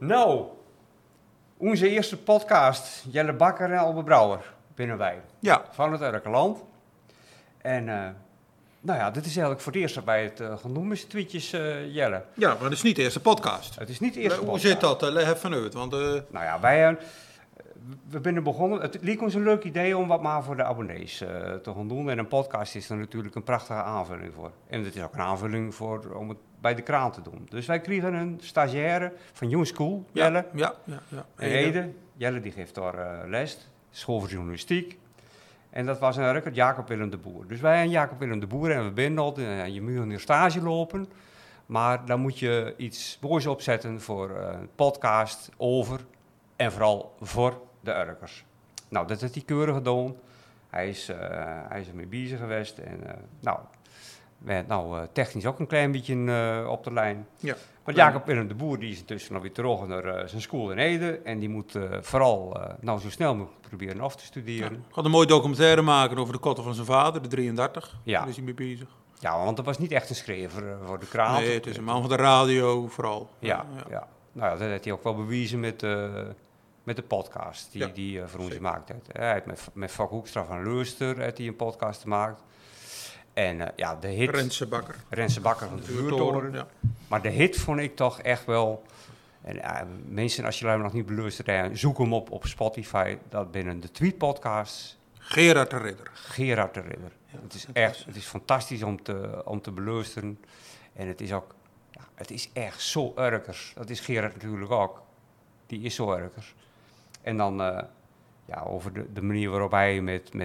Nou, onze eerste podcast, Jelle Bakker en Albert Brouwer, binnen wij. Ja. Van het Urkenland. En nou ja, dit is eigenlijk voor het eerst dat wij het gaan doen met z'n tweetjes, Jelle. Ja, maar het is niet de eerste podcast. Het is niet de eerste Hoe podcast. zit dat? Leg even uit. Want, Nou ja, wij zijn begonnen. Het leek ons een leuk idee om wat maar voor de abonnees te gaan doen. En een podcast is er natuurlijk een prachtige aanvulling voor. En het is ook een aanvulling voor om het bij de kraan te doen. Dus wij kregen een stagiaire van Young School, Jelle. Ja. En Ede. Jelle die geeft daar les, school voor journalistiek. En dat was een record Jacob Willem de Boer. Dus wij en Jacob Willem de Boer en we binnen al, je moet hier stage lopen. Maar dan moet je iets moois opzetten voor een podcast over en vooral voor de Urkers. Nou, dat heeft hij keurig gedaan. Hij is ermee bezig geweest. En nou, we hebben technisch ook een klein beetje op de lijn. Ja. Want Jacob Willem de Boer die is intussen nog weer terug naar zijn school in Ede. En die moet vooral zo snel mogelijk proberen af te studeren. Ik had een mooie documentaire maken over de kotten van zijn vader, de 33. Ja. Daar is hij mee bezig. Ja, want dat was niet echt een schrijver voor de krant. Nee, het is een man van de radio vooral. Ja. Nou ja, dat heeft hij ook wel bewezen met de podcast die voor ons zeker. gemaakt heeft. Hij heeft met Fok Hoekstra van Leurster heeft hij een podcast gemaakt. En de hit... Renze Bakker van de Vuurtoren. Ja. Maar de hit vond ik toch echt wel... En mensen, als je hem nog niet beluisterd hebt, zoek hem op Spotify. Dat binnen de tweetpodcasts... Gerard de Ridder. Gerard de Ridder. Ja, het is fantastisch om te beluisteren. En het is ook... Ja, het is echt zo Urkers. Dat is Gerard natuurlijk ook. Die is zo Urkers. En dan over de manier waarop hij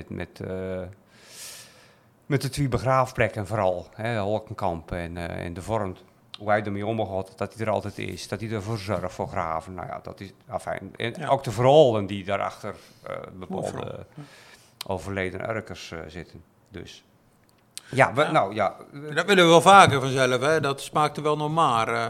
met de twee begraafplekken vooral, Holkenkamp en de Vormt, hoe hij ermee omgaat, dat hij er altijd is, dat hij ervoor zorgt voor graven. Nou ja, dat is afijn. En ook de verhalen die daarachter bepaalde overleden Urkers zitten. Dus. Ja, dat willen we wel vaker vanzelf, hè? Dat smaakte wel nog maar.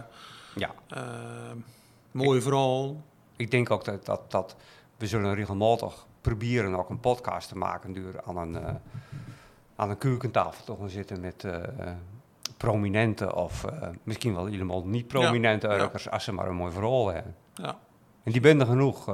Mooi verhaal. Ik denk ook dat we zullen regelmatig proberen ook een podcast te maken aan een keukentafel toch gaan zitten met prominente of misschien wel helemaal niet prominente Urkers als ze maar een mooi verhaal hebben. Ja. En die ben er genoeg.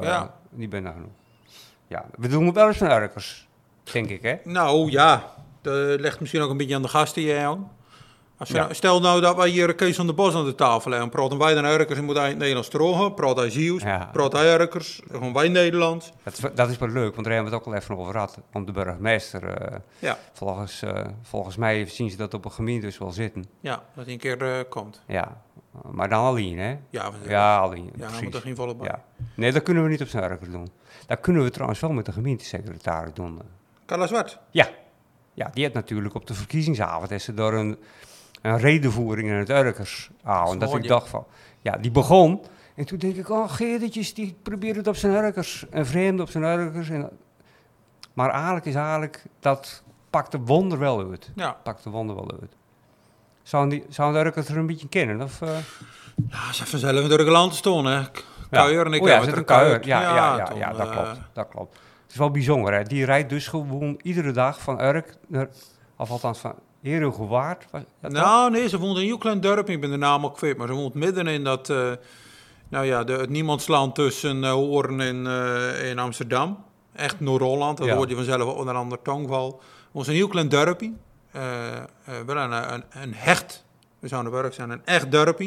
Ja, we doen het wel eens van Urkers, denk ik, hè? Nou ja, dat legt misschien ook een beetje aan de gasten hier aan. Stel nou dat wij hier Kees van der Bos aan de tafel hebben, praten wij dan Urkers en moet hij in het Nederlands terug, praat hij Zeeuws, praat hij Urkers, gewoon wij Nederlands. Dat is wel leuk, want daar hebben we het ook al even over gehad. Want de burgemeester, volgens mij zien ze dat op een gemeente dus wel zitten. Ja, dat hij een keer komt. Ja, maar dan alleen, hè? Ja, alleen. Ja, dan moet er geen volle bak. Ja. Nee, dat kunnen we niet op zijn Urkers doen. Dat kunnen we trouwens wel met de gemeentesecretaris doen. Carla Zwart? Ja, die heeft natuurlijk op de verkiezingsavond is ze door een redenvoering in het Urkers aan. Dat ik dacht van, die begon. En toen denk ik, Geertjes, die probeert het op zijn Urkers. Een vreemde op zijn Urkers. Maar eigenlijk, dat pakt de wonder wel uit. Ja. Pakt de wonder wel uit. Zou de Urkers er een beetje kennen? Of, Ja, ze vanzelf door de land staan, hè. Kuier en ik heb het een kuier. Ja, dat klopt. Het is wel bijzonder, hè. Die rijdt dus gewoon iedere dag van Urk naar, of althans van Herengewaard. Nou, nee, ze woont in een heel klein dorp. Ik ben de naam ook kwijt, maar ze woont midden in dat, het niemandsland tussen Hoorn en Amsterdam. Echt Noord-Holland, dat hoort je vanzelf onder andere tongval. Woont een heel klein dorpje. Wel een hecht, we zouden werk zijn, een echt dorpje.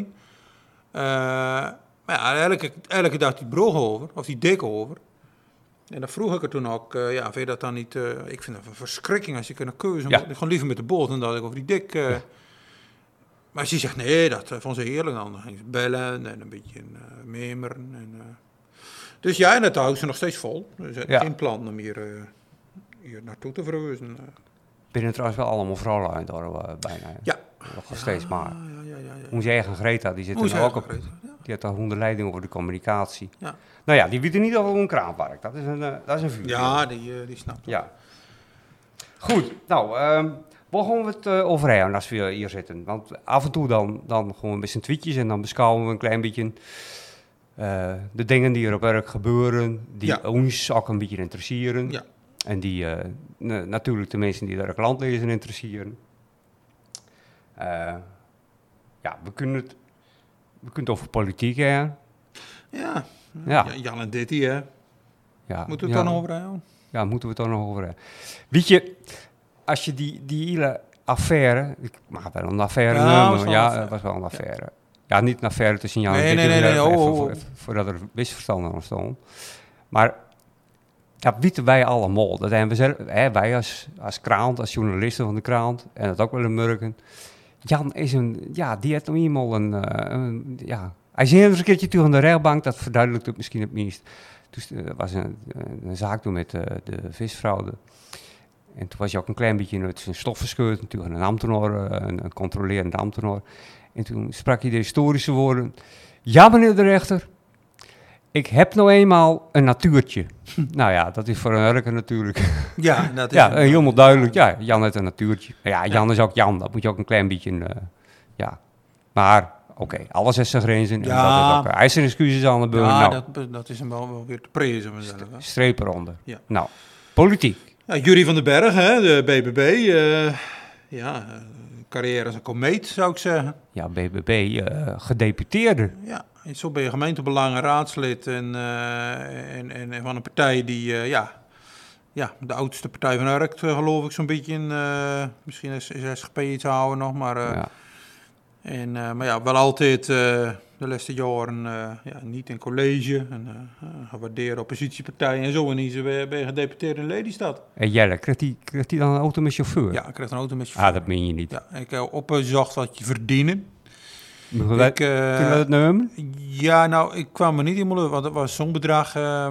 Maar ja, elke dag die brood over, of die dik over. En dan vroeg ik er toen ook, vind je dat dan niet... ik vind het een verschrikking als je een keuze... Ik gewoon liever met de boot dan dat ik over die dik... Maar als je zegt, nee, dat vond ze heerlijk. Dan ging ze bellen en een beetje memeren. Dus ja, en dat houdt ze nog steeds vol. Dus geen plan om hier naartoe te verhuizen. Binnen trouwens wel allemaal vrouwen uit daar bijna. Ja. Nog steeds maar. Ja. Onze eigen Greta, die zit er ook op. Greta, die had daar onder leiding over de communicatie. Ja. Nou ja, die weet er niet over een kraanpark. Dat is een vuur. Ja, die snapt het. Ja. Goed, nou, waar gaan we het over hebben als we hier zitten? Want af en toe dan gewoon met z'n tweetjes en dan beschouwen we een klein beetje de dingen die er op werk gebeuren, die ons ook een beetje interesseren. Ja. En die natuurlijk de mensen die daar het land lezen interesseren. We kunnen het over politiek hebben. Ja. Ja. Jan en Ditty, hè. Ja. Moeten we het dan over hebben? Ja, moeten we het dan nog over hebben. Weet je, als je die hele affaire... Ik mag het wel een affaire noemen. Ja, het was wel een affaire. Ja, niet een affaire tussen Jan en Ditty. Nee. Voordat er misverstanden ontstonden. Maar dat weten wij allemaal. Dat hebben we zelf, wij als krant, als journalisten van de krant... en dat ook wel in Murken... Jan is die heeft nog eenmaal Hij zei eens een keertje toe aan de rechtbank, dat verduidelijkt het misschien het meest. Toen was een zaak toen met de visfraude. En toen was hij ook een klein beetje uit zijn stof verscheurd, natuurlijk een ambtenaar, een controlerende ambtenaar. En toen sprak hij de historische woorden. Ja, meneer de rechter, ik heb nou eenmaal een natuurtje. Nou ja, dat is voor een Urker natuurlijk. Ja, dat is helemaal duidelijk. Ja, Jan heeft een natuurtje. Ja, Jan is ook Jan. Dat moet je ook een klein beetje... Maar, oké, alles heeft zijn grenzen. Ja. Hij is zijn excuses aan de beurt. Ja, dat is hem wel weer te prezen. Streep eronder. Ja. Nou, politiek. Ja, Jurie van den Berg, hè, de BBB. Carrière als een komeet, zou ik zeggen. Ja, BBB, gedeputeerde. Ja, zo ben je gemeentebelangen raadslid en van een partij die, de oudste partij van Urk, geloof ik zo'n beetje. Misschien is SGP iets ouder nog, maar... Maar wel altijd de laatste jaren niet in college. En gewaardeerde oppositiepartijen en zo. En die ben je gedeputeerd in Lelystad. En Jelle, krijgt hij dan een auto met chauffeur? Ja, ik krijg een auto met chauffeur. Dat meen je niet. Ja, ik heb opgezocht wat je verdienen. Kunnen we dat nemen? Ja, nou, ik kwam er niet helemaal, want het was zo'n bedrag.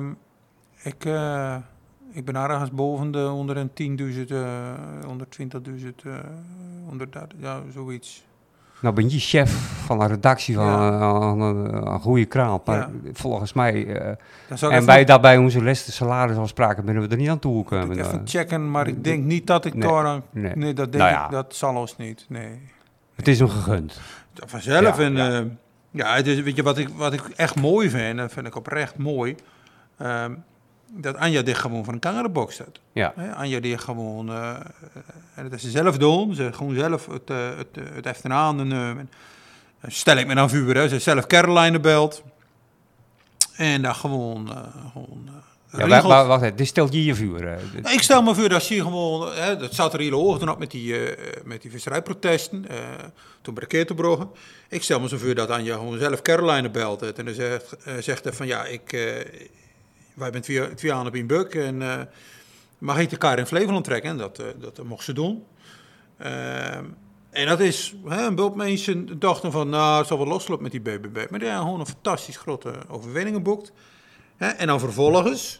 Ik ben ergens boven de 110.000, 120.000, zoiets. Nou ben je chef van een redactie van een goede krant, maar volgens mij... en wij daarbij onze laatste salarisafspraken binnen we er niet aan toegekomen. Ik even checken, maar ik denk niet dat ik daar aan... Nee, dat denk ik, dat zal ons niet, nee. Het is hem gegund. Vanzelf het is, weet je, wat ik echt mooi vind, dat vind ik oprecht mooi... dat Anja dit gewoon van een kangerenbox staat. Ja. Anja die gewoon, en dat is ze zelf doen, ze gewoon zelf het achterna nemen. Stel ik me dan vuur, hè. Ze zelf Caroline belt. En dan gewoon wacht even, dit stelt je vuur. Ik stel me voor dat je gewoon, dat zat er hele ochtend op met die visserijprotesten, toen bij de Ketelbrugge. Ik stel me zo voor dat Anja gewoon zelf Caroline belt. En dan zegt hij van wij zijn twee aan op een buk en mag ik de kar in Flevoland trekken? En dat mocht ze doen. En dat is, een veel mensen dachten van, het zal wel loslopen met die BBB. Maar die hebben gewoon een fantastisch grote overwinning geboekt. En dan vervolgens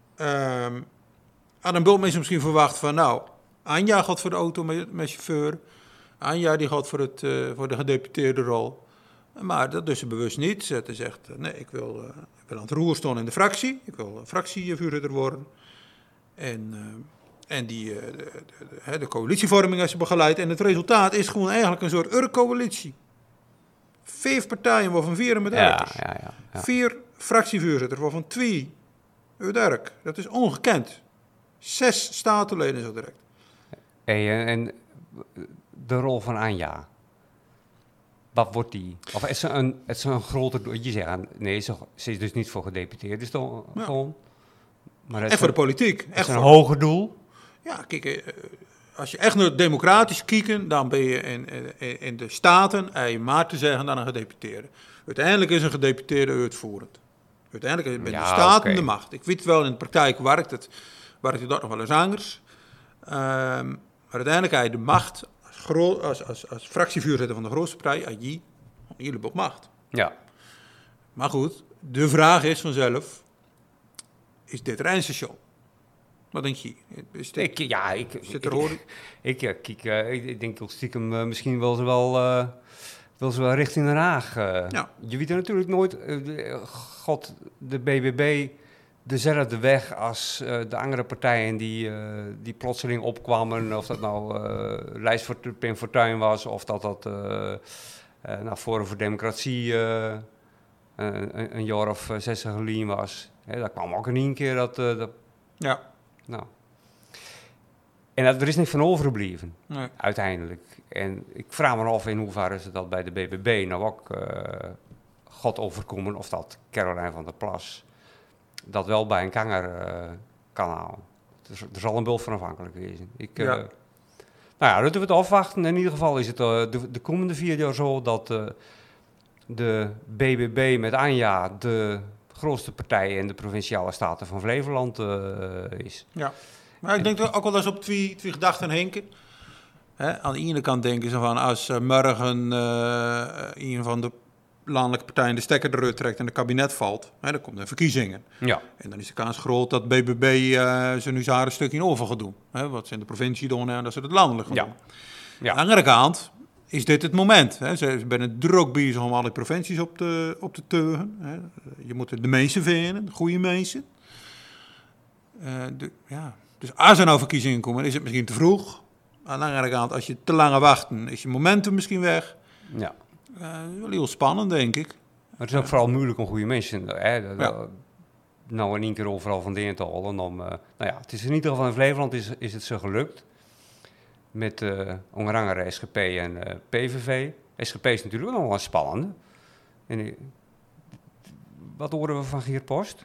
hadden veel mensen misschien verwacht van, Anja gaat voor de auto met chauffeur. Anja die gaat voor de gedeputeerde rol. Maar dat dus ze bewust niet. Ze zegt, nee, ik wil aan het roer staan in de fractie. Ik wil fractievoorzitter worden. En de coalitievorming is begeleid. En het resultaat is gewoon eigenlijk een soort Urk-coalitie. 5 partijen, waarvan 4 met Urk. Ja. 4 fractievoorzitters, waarvan 2 uit Urk. Dat is ongekend. 6 statenleden zo direct. En de rol van Anja... Wat wordt die? Of is ze een groter... Je zegt, nee, ze is dus niet voor gedeputeerd. Is toch gewoon... Maar echt voor de politiek. Echt een hoger doel? Ja, kijk, als je echt naar democratisch kijkt, dan ben je in de staten maar te zeggen dan een gedeputeerde. Uiteindelijk is een gedeputeerde uitvoerend. Uiteindelijk ben de staten de macht. Ik weet wel, in de praktijk werkt het dat nog wel eens anders. Maar uiteindelijk heb je de macht... Als fractievoorzitter van de grootste partij, had je een heleboel macht. Ja. Maar goed, de vraag is vanzelf, is dit Rijnstation? Wat denk je? Ik denk ook stiekem misschien wil ze wel richting Den Haag. Je weet er natuurlijk nooit, de BBB... dezelfde weg als de andere partijen die plotseling opkwamen. Of dat nou lijst voor Pim Fortuyn was, of dat Forum voor Democratie een jaar of 60 geleden was. Dat kwam ook in één keer dat. Ja. Nou. En er is niks van overgebleven, nee. Uiteindelijk. En ik vraag me af in hoeverre ze dat bij de BBB nou ook God overkomen of dat Caroline van der Plas dat wel bij een kanger kan houden. Dus er zal een bult van afhankelijk wezen. Nou ja, dat doen we het afwachten. In ieder geval is het de komende 4 jaar zo dat de BBB met Anja de grootste partij in de Provinciale Staten van Flevoland is. Ja, maar ik denk ook wel eens op twee gedachten hinken. Aan de ene kant denken ze van als morgen een van de landelijke partijen de stekker eruit trekt en het kabinet valt, dan komt er verkiezingen. Ja. En dan is de kans groot dat BBB ze nu een stukje over gaat doen. Wat ze in de provincie doen en dat ze het landelijk gaan doen. Ja. Aan de andere kant is dit het moment. Ze zijn druk bezig om alle provincies op te teugen. Je moet de mensen vinden, de goede mensen. Dus als er nou verkiezingen komen, is het misschien te vroeg. Aan de andere kant, als je te lang wacht, is je momentum misschien weg. Ja. Wel heel spannend, denk ik. Maar het is ook vooral moeilijk om goede mensen nou in één keer overal van deen te halen. Nou ja, het is in ieder geval in Flevoland is het zo gelukt. Met onder andere SGP en PVV. SGP is natuurlijk nog wel spannend. En, wat horen we van Geert Post?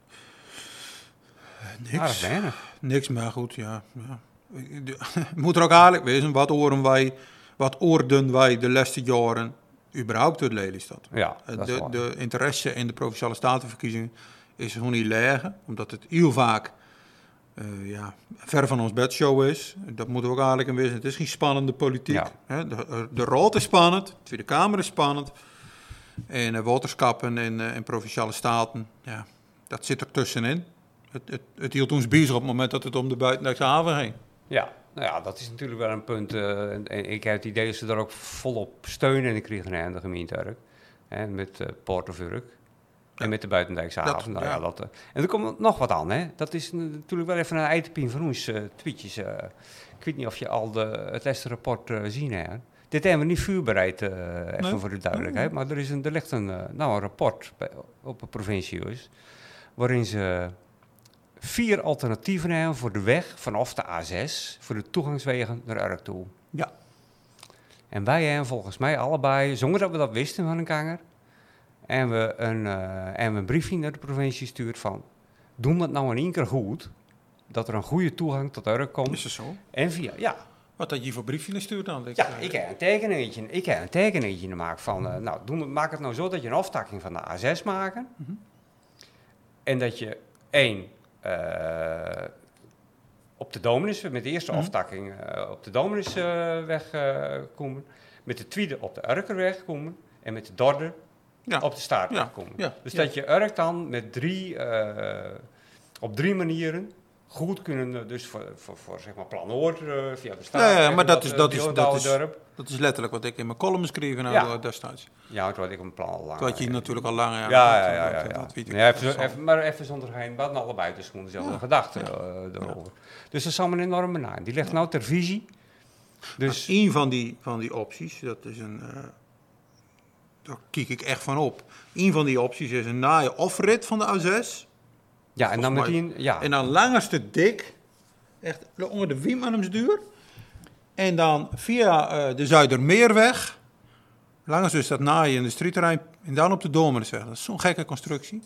Niks. Niks, maar goed, ja. Moet er ook eigenlijk wezen, wat oorden wij de laatste jaren überhaupt uit Lelystad? Ja, de interesse in de Provinciale Statenverkiezingen is gewoon niet laag, omdat het heel vaak ver van ons bedshow is. Dat moeten we ook eigenlijk weten. Het is geen spannende politiek. Ja. De Raad is spannend, de Tweede Kamer is spannend. En waterschappen en Provinciale Staten, ja, dat zit er tussenin. Het hield ons bezig op het moment dat het om de buitenlandse haven ging. Ja, nou ja, dat is natuurlijk wel een punt. En ik heb het idee dat ze daar ook volop steunen in kregen aan de gemeente Urk. Met Port of Urk. En met de buitendijkse haven. En er komt nog wat aan. Hè. Dat is natuurlijk wel even een itemje van ons tweetjes. Ik weet niet of je al het laatste rapport zien hebt. Dit hebben we niet vuurbereid, even voor de duidelijkheid. Maar er ligt een rapport op de provincie, waarin ze 4 alternatieven hebben voor de weg vanaf de A6, voor de toegangswegen naar Urk toe. Ja. En wij hebben volgens mij allebei, zonder dat we dat wisten van een kanger, en we een briefje naar de provincie stuurt van, doen we het nou in één keer goed, dat er een goede toegang tot Urk komt. Is dat zo? En via, ja. Wat had je voor briefje stuurt dan? Ik heb een tekeningetje gemaakt van, maak het nou zo dat je een aftakking van de A6 maken. Mm-hmm. En dat je op de Dominus, met de eerste aftakking op de Dominusweg komen, met de tweede op de Urkerweg komen en met de derde op de Staartweg komen. Ja, dus dat je Urk dan met op 3 manieren goed kunnen, dus voor zeg maar Plan Noord via de Staartweg. Ja, maar dat is letterlijk wat ik in mijn column schreef destijds. Ja, toen had ik een plan al lang. Toen had je natuurlijk al lang. Maar even zonder geheim, we hadden allebei dus gewoon dezelfde gedachten erover. Dus dat is allemaal een enorme naam. Die ligt nou ter visie. Dus een van die opties, dat is daar kijk ik echt van op. Een van die opties is een naaie afrit van de A6. Ja, en dan meteen, En dan langerste dik, echt onder de Wiemanumsduur. En dan via de Zuidermeerweg, langs dus dat naaien in de strieterrein, en dan op de Domersweg. Dat is zo'n gekke constructie.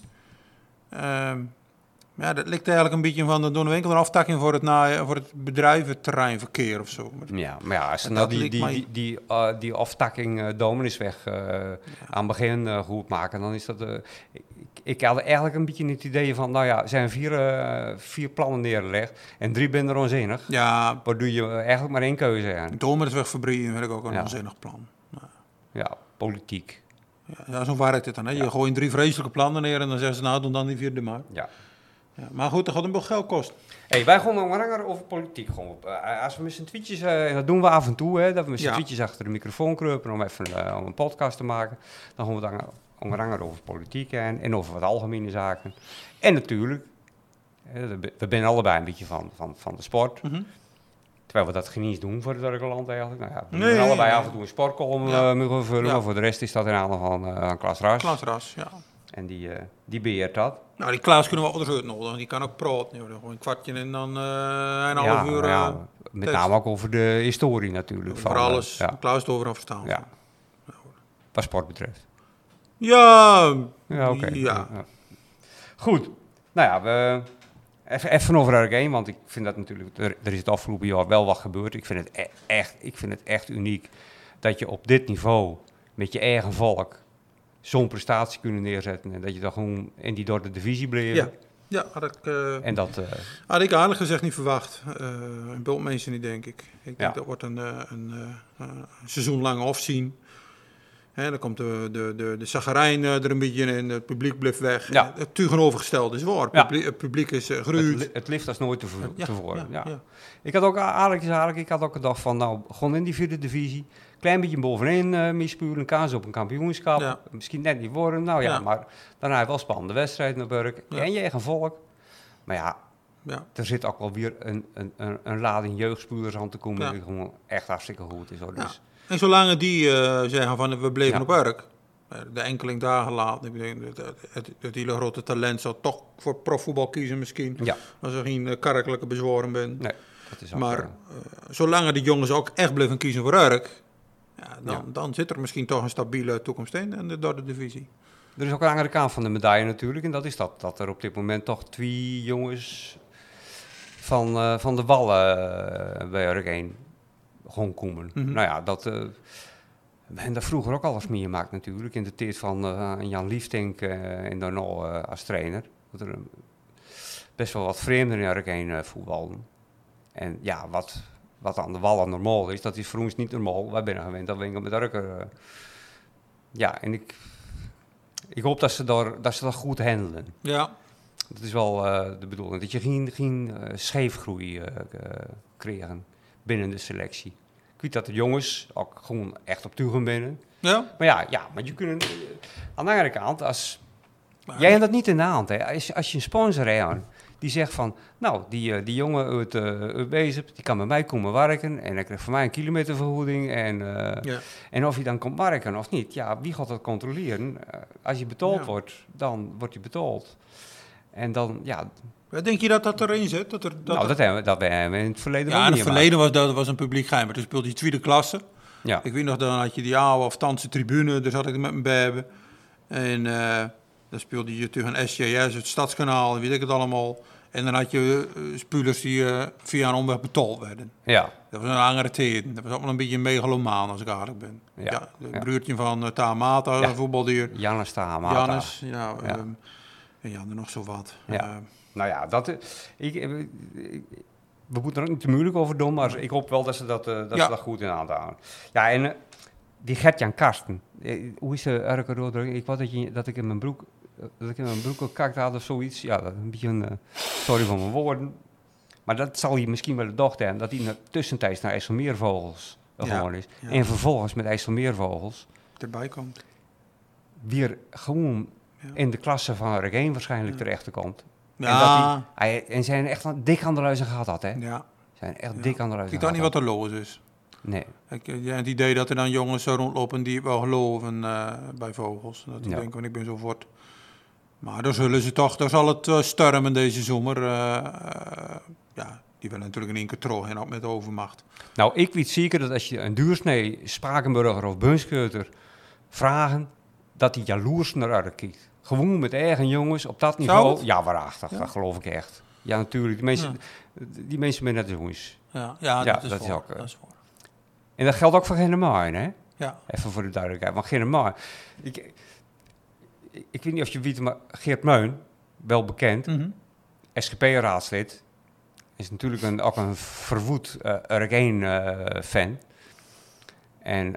Dat ligt eigenlijk een beetje van de winkel een aftakking voor het naaien, voor het bedrijventerreinverkeer of zo. Ja, maar ja, als ze nou die aftakking Domersweg aan het begin goed maken, dan is dat... Ik had eigenlijk een beetje het idee van, er zijn 4 plannen neergelegd en 3 ben er onzinnig. Ja. Waardoor je eigenlijk maar 1 keuze aan. Domersweg verbreden vind ik ook een onzinnig plan. Ja, politiek. Ja, zo werkt het dan. Hè? Je gooit 3 vreselijke plannen neer en dan zeggen ze, doen dan die 4e maar. Ja. Maar goed, dat gaat hem wel geld kosten. Wij gaan nog langer over politiek. Als we met z'n tweetjes, en dat doen we af en toe, dat we met z'n tweetjes achter de microfoon kruipen om even om een podcast te maken, dan gaan we dan onder andere over politiek en over wat algemene zaken. En natuurlijk, we zijn allebei een beetje van de sport. Mm-hmm. Terwijl we dat geen eens doen voor het Urkerland eigenlijk. We doen allebei af en toe een sportcolumn mogen vullen, maar voor de rest is dat in handen van Klaas Ras. Klaas Ras, ja. En die beheert dat. Nou, die Klaas kunnen we anders uitnodigen. Die kan ook praten. Gewoon een kwartje en dan een half uur. Met name ook over de historie natuurlijk. Voor alles. Klaas het overal verstaan. Ja. Wat sport betreft. Ja, oké. Ja. Ja. Goed. Nou ja, even over Urk 1, want ik vind dat natuurlijk... Er is het afgelopen jaar wel wat gebeurd. Ik vind het echt uniek dat je op dit niveau met je eigen volk zo'n prestatie kunnen neerzetten. En dat je dan gewoon in die derde divisie bleef. Ja, had ik aardig gezegd niet verwacht. Een bultmensen niet, denk ik. Ik denk dat wordt een seizoen lang afzien. Dan komt de zagarijn er een beetje in, het publiek blijft weg. Ja. Het tegenovergestelde is waar. Het publiek is geruurd. Het lift als nooit tevoren. Ja. Ik had ook eigenlijk gedacht van, nou, gewoon in die vierde divisie, klein beetje bovenin meespuren, kans op een kampioenschap, misschien net niet worden, maar daarna wel spannende wedstrijd naar Burk en je eigen volk. Maar ja, er zit ook wel weer een lading jeugdspelers aan te komen die gewoon echt hartstikke goed is. Hoor. Dus. En zolang die zeggen van we bleven op Urk, de enkeling dagen later, ik denk het hele grote talent zal toch voor profvoetbal kiezen misschien, als er geen kerkelijke bezwaren bent. Nee, dat is ook maar zolang de jongens ook echt blijven kiezen voor Urk, dan zit er misschien toch een stabiele toekomst in de derde divisie. Er is ook een andere kant van de medaille natuurlijk, en dat is dat er op dit moment toch 2 jongens van de Wallen bij Urk 1 gewoon komen. Mm-hmm. Nou ja, we hebben daar vroeger ook alles meegemaakt natuurlijk, in de tijd van Jan Liefdink en daarna als trainer. Dat er best wel wat vreemden in Urk 1 voetbalden. En ja, wat aan de Wallen normaal is, dat is voor ons niet normaal. Wij zijn gewend dat we met Urk... en ik hoop dat ze dat goed handelen. Ja. Dat is wel de bedoeling, dat je geen scheefgroei kregen binnen de selectie. Ik weet dat de jongens ook gewoon echt op toegang binnen. Ja. Maar maar je kunt aan de andere kant, jij hebt dat niet in de hand, hè. Als je een sponsor hebt die zegt van, nou, die jongen uit Bezep, die kan bij mij komen werken en hij krijgt van mij een kilometervergoeding en of hij dan komt werken of niet, wie gaat dat controleren? Als je betaald wordt, dan word je betaald. En dan, Denk je dat erin zit? Dat hebben we in het verleden in het verleden was een publiek geheim. Toen speelde je tweede klasse. Ja. Ik weet nog, dan had je die oude of Thanse tribune, daar zat ik met mijn baby. En dan speelde je tegen SJS, het Stadskanaal, weet ik het allemaal. En dan had je spelers die via een omweg betaald werden. Ja. Dat was een langere tijd. Dat was ook wel een beetje een megalomaan, als ik aardig ben. Het broertje van Tahamata, voetbaldier. Jannes Tahamata. Jannes, en er nog zo wat. Ja. Nou ja, we moeten er ook niet te moeilijk over doen, maar ik hoop wel dat ze dat goed in aanhouden. Ja, en die Gert-Jan Karsten, hoe is de Urker doordruk? Ik wou dat ik in mijn broek gekakt had of zoiets. Ja, dat is een beetje sorry voor mijn woorden. Maar dat zal je misschien wel de dochter hebben, dat hij tussentijds naar IJsselmeervogels gewoon is. Ja. En vervolgens met IJsselmeervogels erbij komt. Weer gewoon in de klasse van Urk 1 waarschijnlijk terecht komt. Ja. En zijn echt dik aan de luizen gehad had, hè? Ja. Zijn echt dik aan de luizen. Ik weet niet wat er los is. Nee. Het idee dat er dan jongens zo rondlopen die wel geloven bij vogels. Dat die denken, ik ben zo voort. Maar daar zal het stormen deze zomer. Die willen natuurlijk in één keer terug en ook met de overmacht. Nou, ik weet zeker dat als je een Duursnee, Spakenburger of Bunskuter vragen, dat die jaloers naar Urk kijkt. Gewoon met eigen jongens op dat niveau. Ja, waarachtig. Dat geloof ik echt. Ja, natuurlijk. Die mensen zijn net jongens. Dat is ook. Dat is waar. En dat geldt ook voor Genemaan, hè? Ja. Even voor de duidelijkheid. Want Genemaan... Ik weet niet of je weet, maar Geert Meun, wel bekend, SGP-raadslid, is natuurlijk ook een verwoed Urk 1-fan. En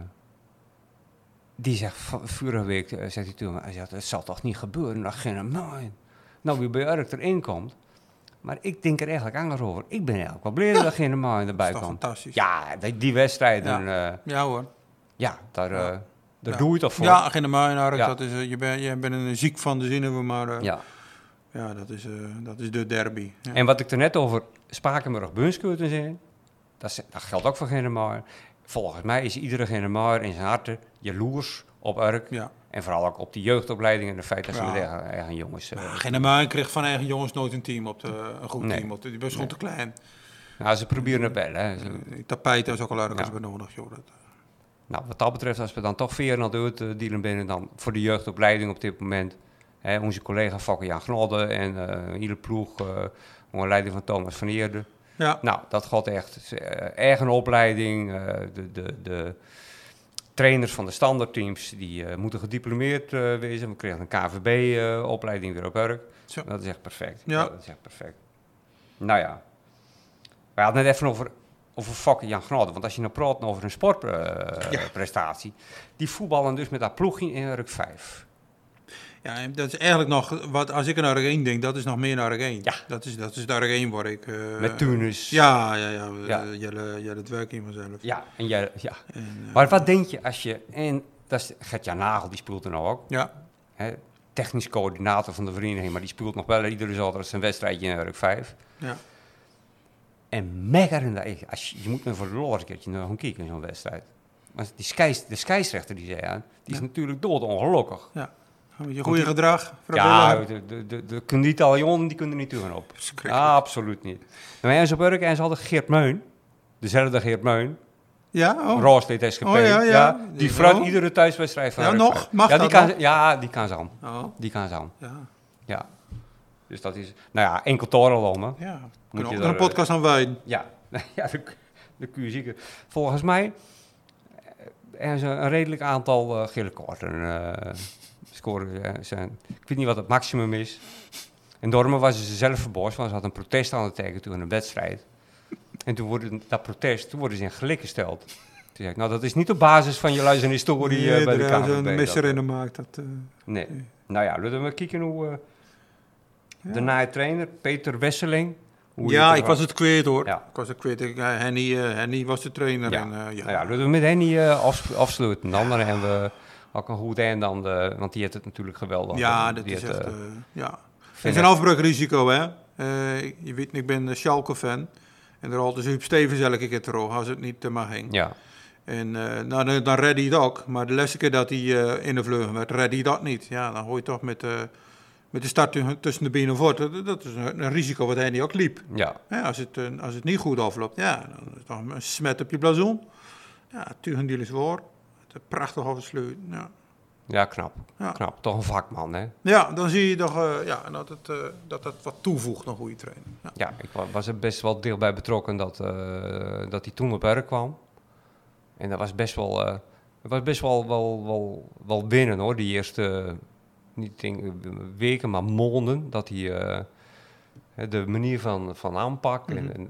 die zegt, vorige week, zegt hij toen, hij zegt, het zal toch niet gebeuren, dat Genemaan. Nou, wie bij Urk erin komt. Maar ik denk er eigenlijk anders over. Ik ben eigenlijk wel blij dat Genemaan erbij komt. Dat is fantastisch. Ja, die wedstrijden. Ja hoor. Ja, daar doe je toch voor. Ja, Genemaan, dat is, je bent een ziek van de zinnen, maar dat is de derby. Ja. En wat ik er net over Spakenburg-Bunskuiten zei, dat geldt ook voor Genemaan. Volgens mij is iedere Genemaan in zijn harte jaloers op Urk. Ja. En vooral ook op die jeugdopleiding en de feit dat ze met eigen jongens... Genemaan kreeg van eigen jongens nooit een team een goed team. Die was gewoon te klein. Ja, ze proberen het wel. Hè. Die tapijt is ook al ergens benodigd, joh. Nou, wat dat betreft, als we dan toch weer naar de uitdelen binnen, dan voor de jeugdopleiding op dit moment. Onze collega Fokke Jan Gnodde en hele ploeg, onder leiding van Thomas van Eerde. Ja. Nou, dat gaat echt eigen opleiding. De trainers van de standaardteams, die moeten gediplomeerd wezen. We kregen een KVB-opleiding weer op werk. Zo. Dat is echt perfect. Ja. Dat is echt perfect. Nou ja, we hadden net even over Fokke Jan Gnodde. Want als je nou praat over een sportprestatie, die voetballen dus met dat ploegje in Ruk 5. Ja, en dat is eigenlijk nog, wat, als ik naar Ruk 1 denk, dat is nog meer naar Ruk 1. Ja. Dat is daar Ruk 1 waar ik... Met Tunis. Ja. Jij het werk in vanzelf. Ja, en jij, ja. En, Maar wat denk je als je... En dat is Gert-Jan Nagel, die speelt er nou ook. Ja. Hè, technisch coördinator van de vereniging, maar die speelt nog wel iedere zaterdag zijn wedstrijdje in Ruk 5. Ja. En mekker, je moet me voor de lol een keertje naar gaan kijken in zo'n wedstrijd. Maar de scheidsrechter die zei aan, die is natuurlijk doodongelukkig. Ja. Met je goede gedrag. Ja, de Italianen die kunnen er niet tegenop. Ja, absoluut niet. Maar eens op werk en ze hadden Geert Meun, dezelfde Geert Meun, Ja, Rooslid SGP. Oh, ja. Die fruit iedere thuiswedstrijd van. Ja, nog? Mag ja, dat die kan ze aan. Oh. Die kan ze aan. Ja. Ja. Dus dat is, nou ja, enkel torenlomen. Ja. Moet je er een podcast aan wijden. Ja, ja, de kun je zeker. Volgens mij er is een redelijk aantal gele kaarten scoren zijn. Ik weet niet wat het maximum is. En daarom was ze zelf verboord, want ze had een protest aan het tekenen toen een wedstrijd. En toen worden ze in gelijk gesteld. Toen zei ik, nou dat is niet op basis van je luister historie bij de KNVB. Een misser in de maakt. Nee. Nou ja, laten we kijken hoe de naaie trainer, Peter Wesseling. Ik was het kwijt hoor. Ja. Ik was het kwijt. Henny was de trainer. Ja. En, Nou ja, laten we met Henny afsluiten. Dan hebben we ook een goed eind, want die heeft het natuurlijk geweldig. Ja, dat die is het, echt... Het is een afbreukrisico, hè. Je weet, ik ben Schalke-fan. En er altijd Huub Stevens elke keer terug, als het niet mag ging. Ja. En dan redde hij het ook. Maar de laatste keer dat hij in de vleugel werd, redde hij dat niet. Ja, dan hoor je toch met de start tussen de benen voort. Dat is een risico wat hij niet ook liep. Ja. Als het niet goed afloopt, ja, dan is het toch een smet op je blazoen. Ja, Tugendeel is waar. Het prachtig afgesloten, ja. Ja, knap. Ja. Knap. Toch een vakman, hè? Ja, dan zie je toch dat het wat toevoegt, een goede trainer. Ja. Ja, ik was er best wel dichtbij betrokken dat hij toen op werk kwam. En dat was best wel binnen, hoor. Die eerste, niet weken, maar maanden. Dat hij de manier van aanpak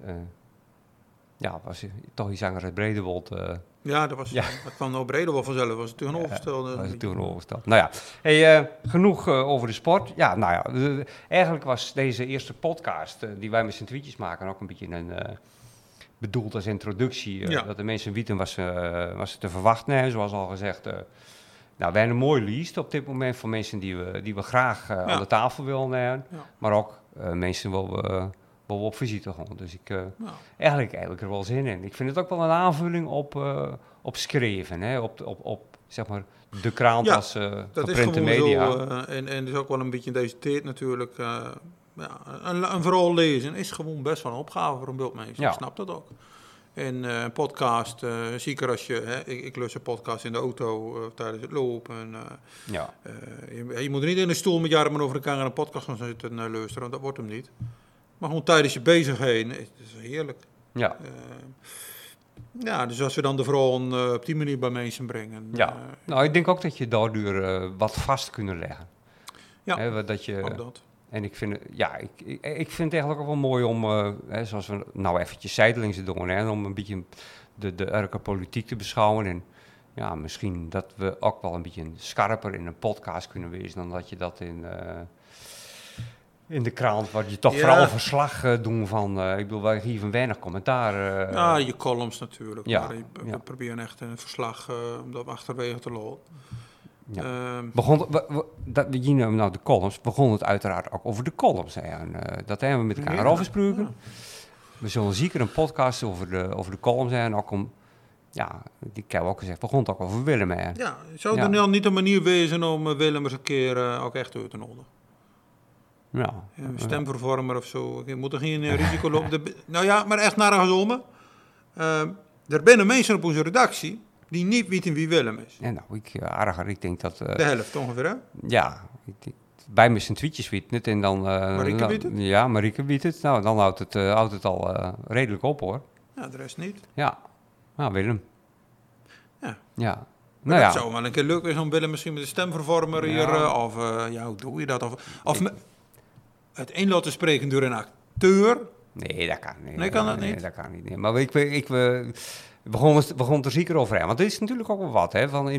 was toch iets aan het Bredewold. Ja, dat kwam nou breder wel vanzelf. Was het tegenovergesteld. Nou ja, hey, genoeg over de sport. Ja, nou ja, eigenlijk was deze eerste podcast die wij met z'n tweetjes maken ook een beetje bedoeld als introductie. Dat de mensen weten wat ze te verwachten hebben. Zoals al gezegd, wij hebben een mooie lijst op dit moment van mensen die we graag aan de tafel willen hebben. Ja. Maar ook mensen waar we op visite gaan. Dus ik eigenlijk er wel zin in. Ik vind het ook wel een aanvulling op schrijven, hè? Op zeg maar de krant als geprinte media. Zo, en is ook wel een beetje in deze tijd natuurlijk. Een verhaal lezen is gewoon best wel een opgave voor een beeldmens. Ja. Ik snap dat ook. En een podcast, zeker als ik lust een podcast in de auto tijdens het lopen. Je moet er niet in de stoel met je armen over elkaar en een podcast gaan zitten luisteren, want dat wordt hem niet. Maar gewoon tijdens je bezigheden, het is heerlijk. Ja. Dus als we dan de vrouwen op die manier bij mensen brengen. Ja, ik denk ook dat je daardoor wat vast kunnen leggen. Ja, dat je, ook dat. En ik vind het eigenlijk ook wel mooi om, zoals we nou eventjes zijdelings doen, om een beetje de erke politiek te beschouwen. En ja, misschien dat we ook wel een beetje scherper in een podcast kunnen wezen dan dat je dat in de krant, waar je toch vooral verslag doen van, ik bedoel, wij geven weinig commentaar. Je columns natuurlijk, ja, maar we proberen echt een verslag om dat achterwege te lopen. Ja. De columns, begon het uiteraard ook over de columns. Dat hebben we met elkaar afgesproken. Ja. We zullen zeker een podcast over de columns hebben, ook om... Ja, die heb ook gezegd, begon het ook over Willem. Ja, zou er nou niet een manier wezen om Willem eens een keer ook echt uit te nodigen? Ja. Een stemvervormer of zo. Je moet er geen risico lopen. Nou ja, maar echt nergens om. Er binnen mensen op onze redactie die niet weten wie Willem is. En nou, ik denk dat... De helft ongeveer, hè? Ja, bij me zijn tweetjes weet het en dan... Marieke weet het? Ja, Marieke weet het. Nou, dan houdt het al redelijk op, hoor. Ja, de rest niet. Ja, nou, Willem. Ja. Ja. Maar dat zou wel een keer leuk zijn om Willem misschien met de stemvervormer hier... Of hoe doe je dat? Of uiteen laten spreken door een acteur... Nee, dat kan niet. Nee, kan dat niet? Nee, dat kan niet. Nee. Maar we begonnen er zeker over aan. Want het is natuurlijk ook wel wat, hè. Van in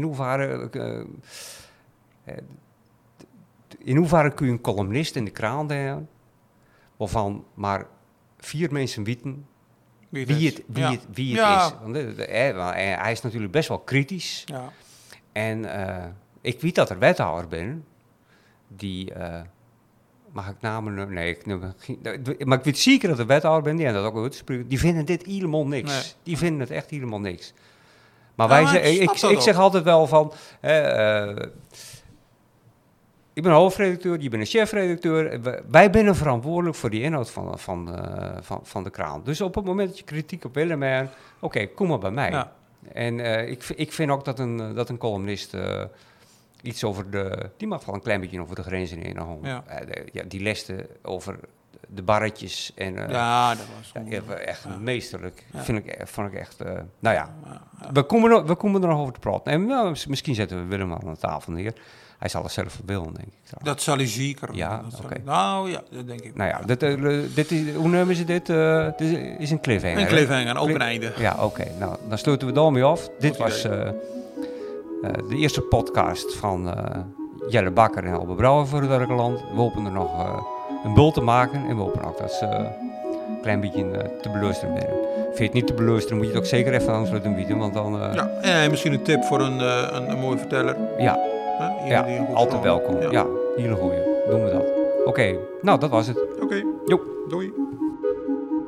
hoeverre kun je een columnist in de krant hebben... waarvan maar 4 mensen weten wie het is. Want, hij is natuurlijk best wel kritisch. Ja. En ik weet dat er wethouders zijn die... mag ik namen? Nee, maar ik weet zeker dat er wethouders zijn, die en dat ook uitspreken. Die vinden dit helemaal niks. Nee. Die vinden het echt helemaal niks. Maar ik zeg altijd wel van... ik ben hoofdredacteur, je bent een chefredacteur. Wij zijn verantwoordelijk voor die inhoud van de krant. Dus op het moment dat je kritiek op Willem hebt... Oké, kom maar bij mij. Ja. En ik vind ook dat een columnist... iets over die mag wel een klein beetje over de grenzen heen. Die lesten over de barretjes. En, dat was echt meesterlijk. Ja. Vond ik echt... We komen er nog over te praten. En misschien zetten we Willem aan tafel neer. Hij zal het zelf willen, denk ik. Zo. Dat zal hij zeker. Ja, oké. Dat denk ik. Nou ja, dit is, hoe noemen ze dit? Dit is een cliffhanger. Een cliffhanger, een open einde. Ja, oké. Nou, dan sluiten we daarmee af. Dit was... de eerste podcast van Jelle Bakker en Albert Brouwer voor het Werkeland. We hopen er nog een bul te maken en we hopen ook dat ze een klein beetje te beluisteren zijn. Vind je het niet te beluisteren, moet je het ook zeker even aan ons laten bieden, want dan... en misschien een tip voor een mooie verteller. Ja, altijd welkom. Ja, hier een goeie. Doen we dat. Oké, nou dat was het. Oké. Jo. Doei.